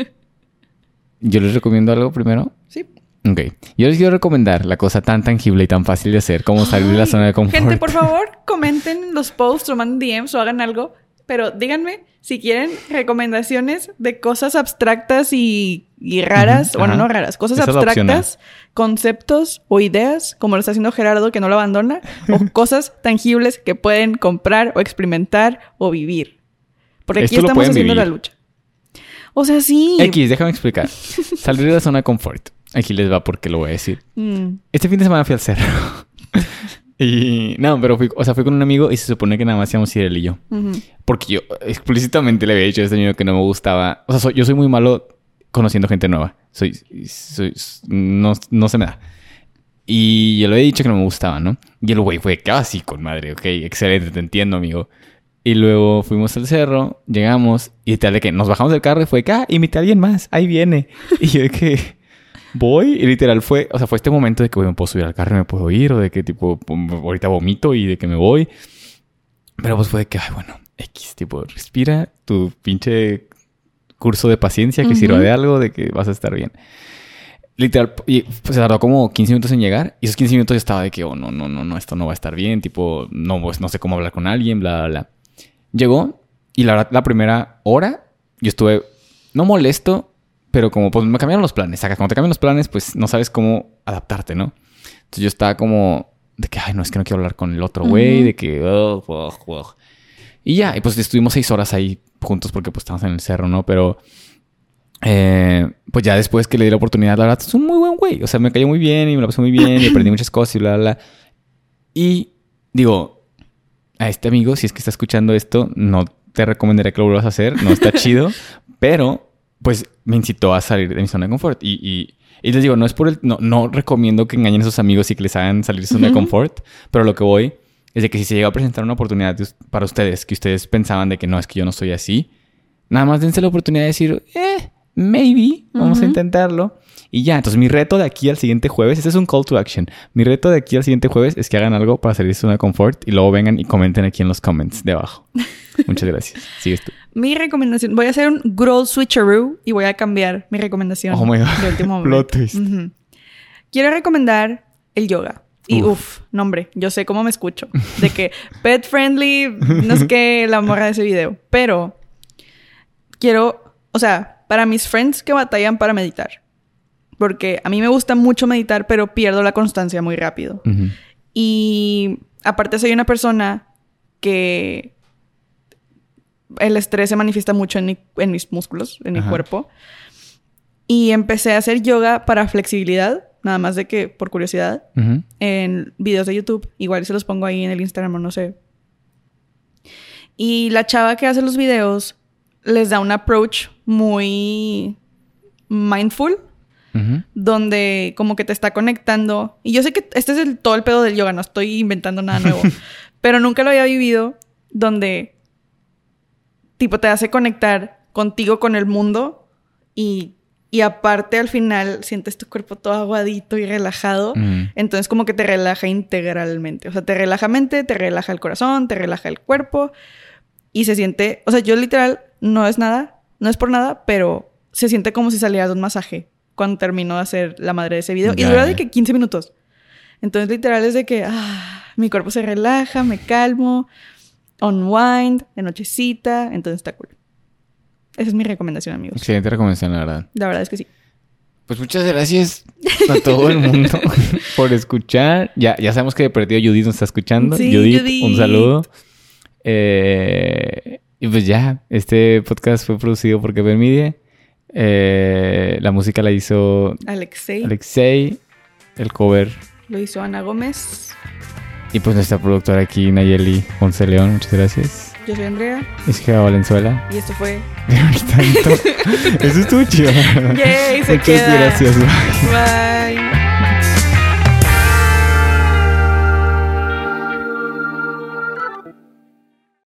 ¿Yo les recomiendo algo primero? Sí. Ok. Yo les quiero recomendar la cosa tan tangible y tan fácil de hacer como salir de la zona de confort. Gente, por favor, comenten los posts o manden DMs o hagan algo. Pero díganme si quieren recomendaciones de cosas abstractas y raras. Bueno, no raras. Cosas abstractas, conceptos o ideas, como lo está haciendo Gerardo, que no lo abandona. O cosas tangibles que pueden comprar o experimentar o vivir. Porque aquí estamos haciendo la lucha. O sea, sí. X, déjame explicar. Salir de la zona de confort. Aquí les va porque lo voy a decir. Este fin de semana fui al cerro. Y... no, pero fui con un amigo y se supone que nada más íbamos a ir él y yo. Porque yo explícitamente le había dicho a este amigo que no me gustaba... O sea, yo soy muy malo conociendo gente nueva. No se me da. Y yo le he dicho que no me gustaba, ¿no? Y el güey fue casi con madre. Ok, excelente, te entiendo, amigo. Y luego fuimos al cerro, llegamos y tal de que nos bajamos del carro y fue que... invité a alguien más, ahí viene. Y yo de que... voy y literal fue este momento de que me puedo subir al carro y me puedo ir, o de que tipo ahorita vomito y de que me voy. Pero pues fue de que, bueno, X, tipo, respira tu pinche curso de paciencia que sirva de algo, de que vas a estar bien. Literal, y pues se tardó como 15 minutos en llegar y esos 15 minutos yo estaba de que, no, esto no va a estar bien, tipo, no, pues, no sé cómo hablar con alguien, bla, bla, bla. Llegó y la verdad, la primera hora yo estuve, no molesto, pero como pues me cambiaron los planes. Acá cuando te cambian los planes, pues no sabes cómo adaptarte, ¿no? Entonces yo estaba como de que, no, es que no quiero hablar con el otro güey, de que... Y ya, y pues estuvimos 6 horas ahí juntos porque pues estábamos en el cerro, ¿no? Pero pues ya después que le di la oportunidad, la verdad, es un muy buen güey. O sea, me cayó muy bien y me la pasé muy bien y aprendí muchas cosas y bla, bla, bla. Y digo, a este amigo, si es que está escuchando esto, no te recomendaría que lo vuelvas a hacer. No está chido, pero... pues me incitó a salir de mi zona de confort. Y Y les digo, no es por el... No recomiendo que engañen a sus amigos y que les hagan salir de su zona de confort. Pero lo que voy es de que si se llega a presentar una oportunidad para ustedes, que ustedes pensaban de que no, es que yo no soy así, nada más dense la oportunidad de decir, maybe, vamos a intentarlo. Y ya, entonces mi reto de aquí al siguiente jueves, este es un call to action. Mi reto de aquí al siguiente jueves es que hagan algo para salir de su zona de confort y luego vengan y comenten aquí en los comments de abajo. Muchas gracias. Sigues tú. Mi recomendación, voy a hacer un good old switcheroo y voy a cambiar mi recomendación Oh my God. de último momento. Plot twist. Quiero recomendar el yoga. Y no hombre, yo sé cómo me escucho. De que pet friendly, no es que la morra de ese video. Pero quiero, o sea, para mis friends que batallan para meditar. Porque a mí me gusta mucho meditar, pero pierdo la constancia muy rápido. Y aparte soy una persona que el estrés se manifiesta mucho en mis músculos, en mi cuerpo. Y empecé a hacer yoga para flexibilidad, nada más de que por curiosidad, en videos de YouTube. Igual se los pongo ahí en el Instagram o no sé. Y la chava que hace los videos les da un approach muy mindful, donde como que te está conectando. Y yo sé que este es todo el pedo del yoga, no estoy inventando nada nuevo. Pero nunca lo había vivido donde tipo te hace conectar contigo con el mundo y aparte al final sientes tu cuerpo todo aguadito y relajado. Entonces como que te relaja integralmente. O sea, te relaja mente, te relaja el corazón, te relaja el cuerpo. Y se siente... O sea, yo literal no es por nada, pero se siente como si salieras de un masaje cuando terminó de hacer la madre de ese video. Y dura de que 15 minutos. Entonces literal es de que... mi cuerpo se relaja, me calmo, unwind, de nochecita. Entonces está cool. Esa es mi recomendación, amigos. Excelente recomendación, la verdad. La verdad es que sí. Pues muchas gracias a todo el mundo por escuchar. Ya sabemos que de perdido Judith nos está escuchando. Sí, Judith, un saludo. Y pues ya, este podcast fue producido por Kevin Media. La música la hizo Alexei. El cover lo hizo Ana Gómez. Y pues nuestra productora aquí, Nayeli Ponce León. Muchas gracias. Yo soy Andrea. Es Gea Valenzuela. Y esto fue... Eso estuvo chido. Yay, se Muchas queda. gracias. Bye.